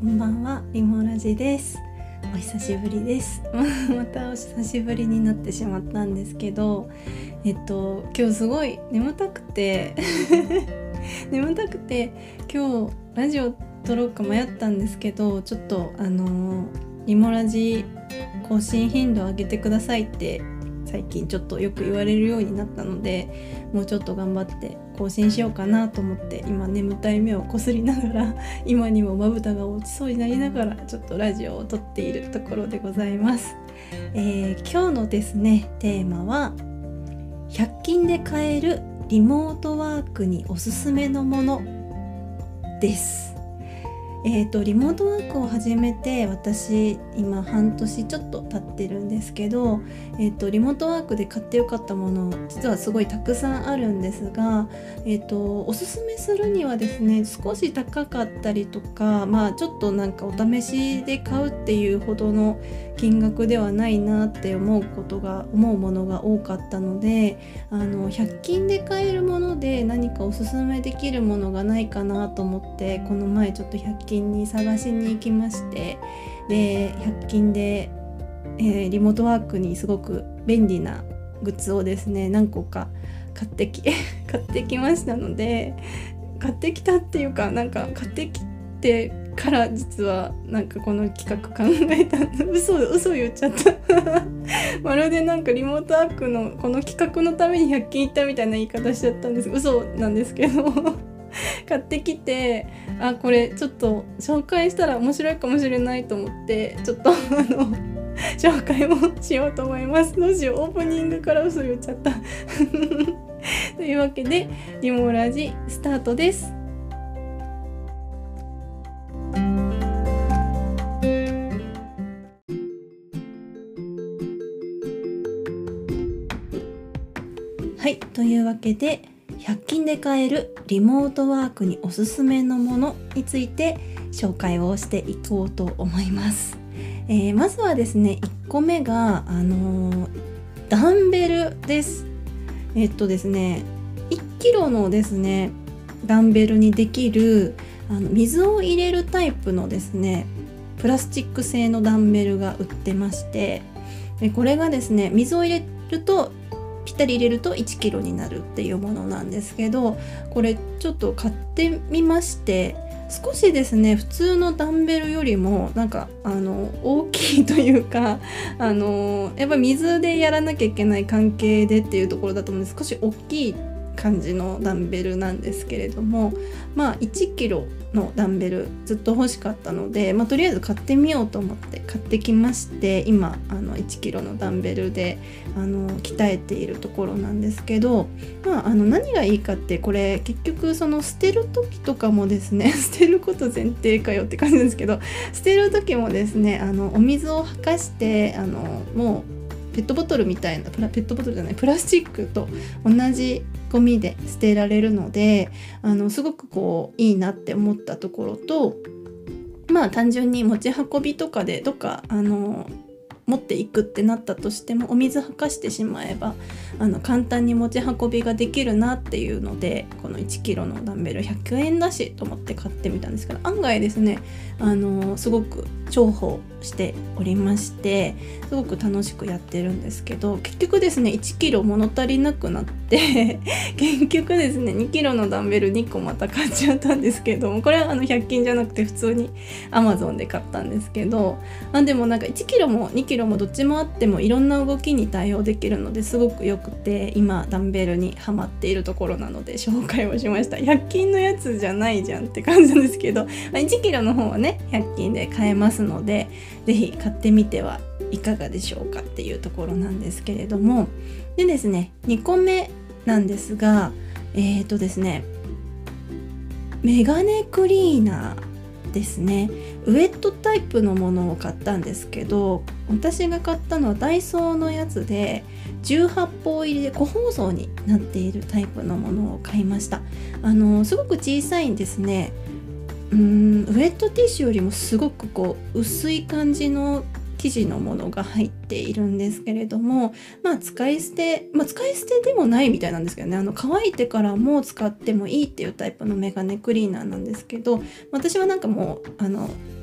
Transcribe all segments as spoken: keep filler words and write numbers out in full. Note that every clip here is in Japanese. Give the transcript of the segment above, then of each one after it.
こんばんは、リモラジです。お久しぶりです。またお久しぶりになってしまったんですけど、えっと今日すごい眠たくて眠たくて今日ラジオ撮ろうか迷ったんですけど、ちょっとあのリモラジ更新頻度上げてくださいって最近ちょっとよく言われるようになったので、もうちょっと頑張って更新しようかなと思って今眠たい目をこすりながら今にもまぶたが落ちそうになりながらちょっとラジオを撮っているところでございます。えー、今日のですねテーマはひゃく均で買えるリモートワークにおすすめのものです。えーと、リモートワークを始めて私今半年ちょっと経ってるんですけど、えーと、リモートワークで買ってよかったもの実はすごいたくさんあるんですが、えーと、おすすめするにはですね少し高かったりとか、まあちょっとなんかお試しで買うっていうほどの金額ではないなって思うことが思うものが多かったので、あのひゃく均で買えるもので何かおすすめできるものがないかなと思ってこの前ちょっとひゃく均に探しに行きまして、でひゃく均で、えー、リモートワークにすごく便利なグッズをですね何個か買ってき買ってきましたので、買ってきたっていうかなんか買ってきてから実はなんかこの企画考えた嘘嘘言っちゃったまるでなんかリモートワークのこの企画のためにひゃく均行ったみたいな言い方しちゃったんです。嘘なんですけど買ってきて、あこれちょっと紹介したら面白いかもしれないと思ってちょっとあの紹介もしようと思います。どうしよう、オープニングから嘘言っちゃったというわけでリモラジスタートです。はい、というわけでひゃく均で買えるリモートワークにおすすめのものについて紹介をしていこうと思います。えー、まずはですねいっこめが、あのー、ダンベルです。えっとですねいちキロのですねダンベルにできるあの水を入れるタイプのですねプラスチック製のダンベルが売ってまして、これがですね水を入れるとぴったり入れるといちキロになるっていうものなんですけど、これちょっと買ってみまして、少しですね普通のダンベルよりもなんかあの大きいというか、あのやっぱ水でやらなきゃいけない関係でっていうところだと思うんです。少し大きい感じのダンベルなんですけれども、まあいちキロのダンベルずっと欲しかったので、まあ、とりあえず買ってみようと思って買ってきまして、今あのいちキロのダンベルであの鍛えているところなんですけど、まあ、あの何がいいかってこれ結局その捨てる時とかもですね捨てること前提かよって感じなんですけど、捨てる時もですねあのお水をはかしてあのもうペットボトルみたいなペットボトルじゃないプラスチックと同じゴミで捨てられるので、あのすごくこういいなって思ったところと、まあ単純に持ち運びとかでどっかあの持っていくってなったとしてもお水はかしてしまえばあの簡単に持ち運びができるなっていうので、このいちキロのダンベルひゃくえんだしと思って買ってみたんですけど、案外ですねあのすごく重宝しておりまして、すごく楽しくやってるんですけど、結局ですねいちキロ物足りなくなって結局ですねにキロのダンベルにこまた買っちゃったんですけども、これはあのひゃく均じゃなくて普通に アマゾン で買ったんですけど、あでもなんかいちキロもにキロもどっちもあってもいろんな動きに対応できるのですごくよくて、今ダンベルにハマっているところなので紹介をしました。ひゃく均のやつじゃないじゃんって感じなんですけど、いちキロの方はねひゃく均で買えますのでぜひ買ってみてはいかがでしょうかっていうところなんですけれども、でですねにこめなんですが、えーとですねメガネクリーナーですね。ウェットタイプのものを買ったんですけど、私が買ったのはダイソーのやつでじゅうはっぽう入りで個包装になっているタイプのものを買いました。あのすごく小さいんですね。うーんウェットティッシュよりもすごくこう薄い感じの生地のものが入っているんですけれども、まあ使い捨て、まあ使い捨てでもないみたいなんですけどね、あの乾いてからも使ってもいいっていうタイプのメガネクリーナーなんですけど、私はなんかもうあの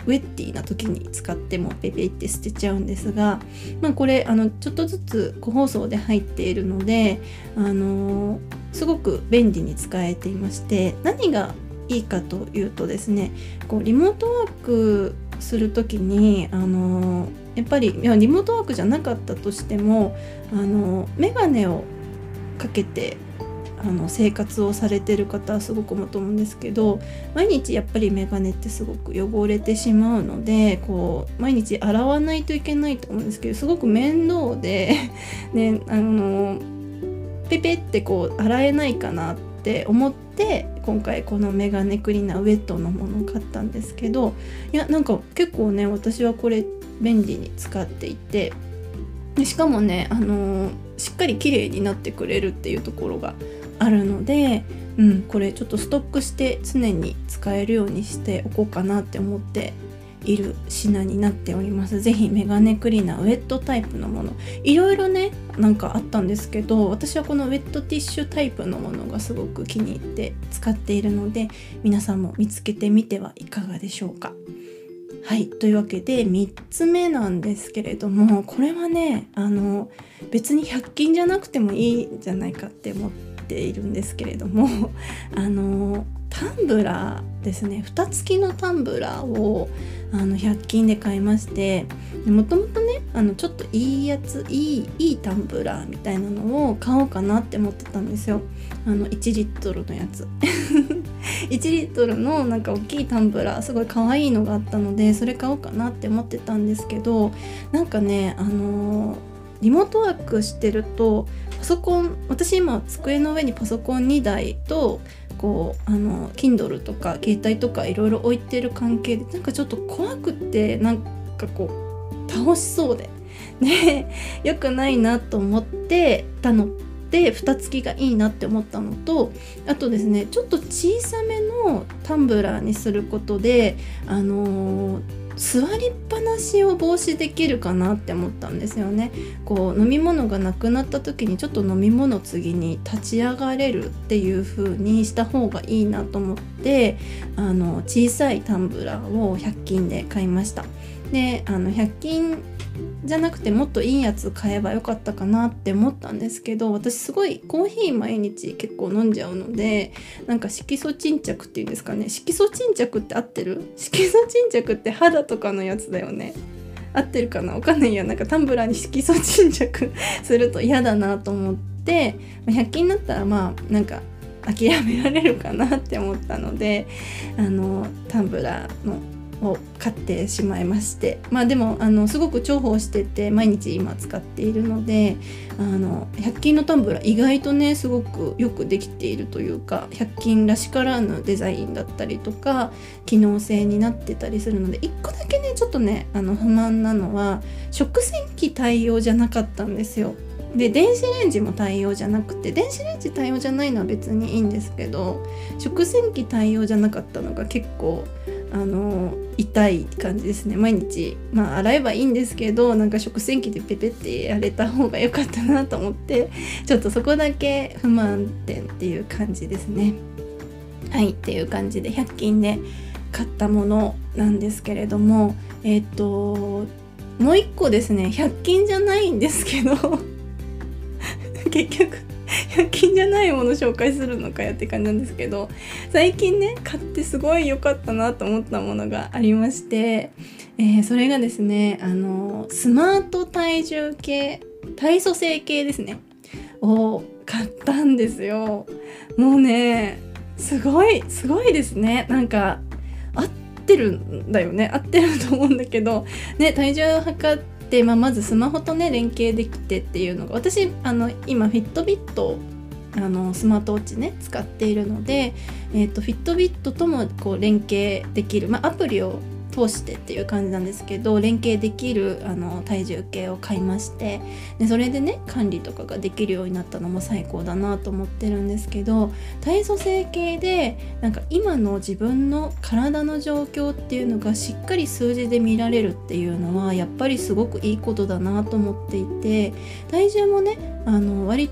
ウェッティな時に使ってもペペって捨てちゃうんですが、まあ、これあのちょっとずつ個包装で入っているので、あのー、すごく便利に使えていまして、何がいいかというとですね、こうリモートワークする時に、あのー、やっぱりいやリモートワークじゃなかったとしても、あのー、メガネをかけてあの生活をされてる方はすごく思うと思うんですけど、毎日やっぱりメガネってすごく汚れてしまうので、こう毎日洗わないといけないと思うんですけど、すごく面倒でね、あのペペってこう洗えないかなって思って今回このメガネクリーナーウェットのものを買ったんですけど、いやなんか結構ね私はこれ便利に使っていて、でしかもね、あのしっかり綺麗になってくれるっていうところがあるので、うん、これちょっとストックして常に使えるようにしておこうかなって思っている品になっております。ぜひメガネクリーナーウェットタイプのもの、いろいろねなんかあったんですけど、私はこのウェットティッシュタイプのものがすごく気に入って使っているので、皆さんも見つけてみてはいかがでしょうか。はい、というわけでみっつめなんですけれども、これはねあの別にひゃく均じゃなくてもいいんじゃないかって思っているんですけれども、あのタンブラーですね、蓋付きのタンブラーをあのひゃく均で買いまして、もともとねあのちょっといいやついいいいタンブラーみたいなのを買おうかなって思ってたんですよ。あのいちリットルのやついちリットルのなんか大きいタンブラーすごい可愛いのがあったので、それ買おうかなって思ってたんですけど、なんかねあのー、リモートワークしてるとパソコン、私今机の上にパソコンにだいとこうあの Kindle とか携帯とかいろいろ置いてる関係で、なんかちょっと怖くってなんかこう倒しそうでね良くないなと思ってたので、蓋付きがいいなって思ったのと、あとですねちょっと小さめのタンブラーにすることであのー座りっぱなしを防止できるかなって思ったんですよね。こう飲み物がなくなった時にちょっと飲み物次に立ち上がれるっていう風にした方がいいなと思って、あの小さいタンブラーをひゃく均で買いました。であのひゃく均じゃなくてもっといいやつ買えばよかったかなって思ったんですけど、私すごいコーヒー毎日結構飲んじゃうので、なんか色素沈着っていうんですかね、色素沈着って合ってる？色素沈着って肌とかのやつだよね。合ってるかな、わかんないや。なんかタンブラーに色素沈着すると嫌だなと思って、ひゃく均だったらまあなんか諦められるかなって思ったので、あのタンブラーのを買ってしまいまして、まあでもあのすごく重宝してて毎日今使っているので、あのひゃく均のタンブラー意外とねすごくよくできているというか、ひゃく均らしからぬデザインだったりとか機能性になってたりするので、いっこだけねちょっとねあの不満なのは食洗機対応じゃなかったんですよ。で電子レンジも対応じゃなくて、電子レンジ対応じゃないのは別にいいんですけど、食洗機対応じゃなかったのが結構あの痛い感じですね。毎日まあ洗えばいいんですけど、なんか食洗機でペペってやれた方が良かったなと思って、ちょっとそこだけ不満点っていう感じですね。はいっていう感じでひゃく均で買ったものなんですけれども、えっともう一個ですね、ひゃく均じゃないんですけど結局ひゃく均じゃないもの紹介するのかよって感じなんですけど、最近ね買ってすごい良かったなと思ったものがありまして、えー、それがですねあのスマート体重計、体組成計ですねを買ったんですよ。もうねすごいすごいですね。なんか合ってるんだよね、合ってると思うんだけどね、体重測ってでまあ、まずスマホとね連携できてっていうのが、私あの今フィットビットあのスマートウォッチね使っているので、えーと、フィットビットともこう連携できる、まあ、アプリを通してっていう感じなんですけど、連携できるあの体重計を買いまして、でそれでね管理とかができるようになったのも最高だなと思ってるんですけど、体組成計でなんか今の自分の体の状況っていうのがしっかり数字で見られるっていうのはやっぱりすごくいいことだなと思っていて、体重もねあの割と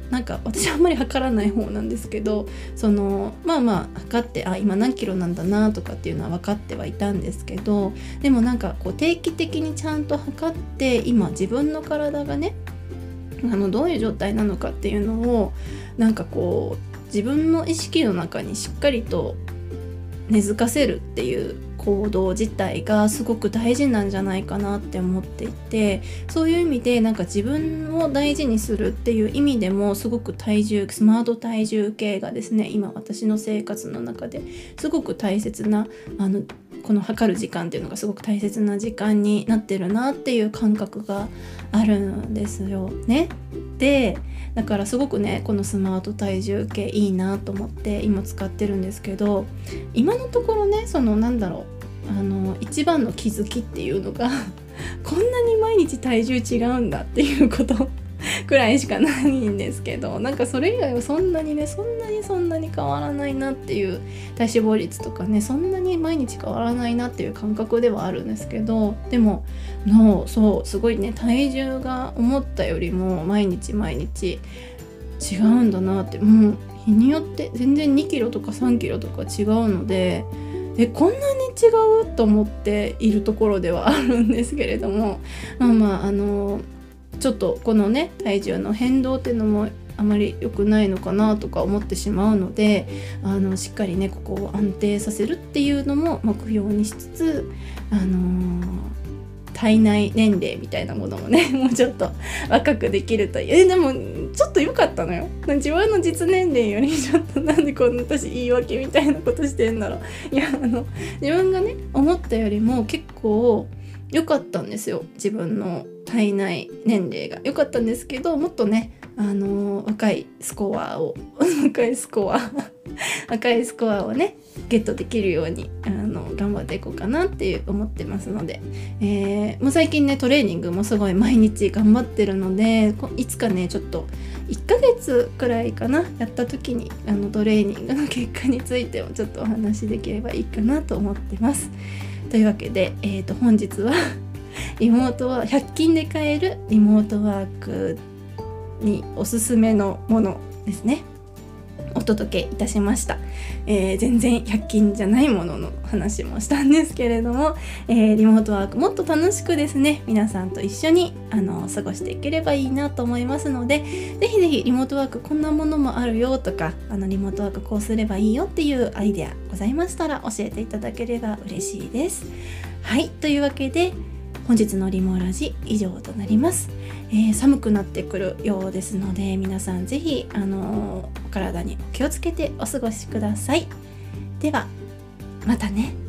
なんか私はあんまり測らない方なんですけど、そのまあまあ測ってあ今何キロなんだなとかっていうのは分かってはいたんですけど、でもなんかこう定期的にちゃんと測って今自分の体がねあのどういう状態なのかっていうのをなんかこう自分の意識の中にしっかりと根付かせるっていう行動自体がすごく大事なんじゃないかなって思っていて、そういう意味でなんか自分を大事にするっていう意味でもすごく体重スマート体重計がですね今私の生活の中ですごく大切なあのこの測る時間っていうのがすごく大切な時間になってるなっていう感覚があるんですよね。でだからすごくねこのスマート体重計いいなと思って今使ってるんですけど、今のところねそのなんだろうあの一番の気づきっていうのがこんなに毎日体重違うんだっていうことくらいしかないんですけど、なんかそれ以外はそんなにねそんなにそんなに変わらないなっていう、体脂肪率とかねそんなに毎日変わらないなっていう感覚ではあるんですけど、でものそうすごいね体重が思ったよりも毎日毎日違うんだなって、もう日によって全然にキロとかさんキロとか違うので、えこんなに違うと思っているところではあるんですけれども、まあまああのちょっとこのね体重の変動っていうのもあまり良くないのかなとか思ってしまうので、あのしっかりねここを安定させるっていうのも目標にしつつ、あのー、体内年齢みたいなものもねもうちょっと若くできるというえでもちょっと良かったのよ。自分の実年齢よりちょっとなんでこんな私言い訳みたいなことしてんだろう。いやあの自分がね思ったよりも結構良かったんですよ。自分の体内年齢が良かったんですけど、もっとねあのー、若いスコアを若いスコア若いスコアをねゲットできるようにあの頑張っていこうかなっていう思ってますので、えー、もう最近ねトレーニングもすごい毎日頑張ってるので、いつかねちょっといっかげつくらいかなやった時にあのトレーニングの結果についてもちょっとお話しできればいいかなと思ってます。というわけで、えーと、本日はリモートはひゃく均で買えるリモートワークにおすすめのものですねお届けいたしました。えー、全然ひゃく均じゃないものの話もしたんですけれども、えー、リモートワークもっと楽しくですね皆さんと一緒にあの過ごしていければいいなと思いますので、ぜひぜひリモートワークこんなものもあるよとか、あのリモートワークこうすればいいよっていうアイデアございましたら教えていただければ嬉しいです。はい、というわけで本日のリモラジ以上となります。えー、寒くなってくるようですので皆さんぜひ、あのー、お体にお気をつけてお過ごしください。ではまたね。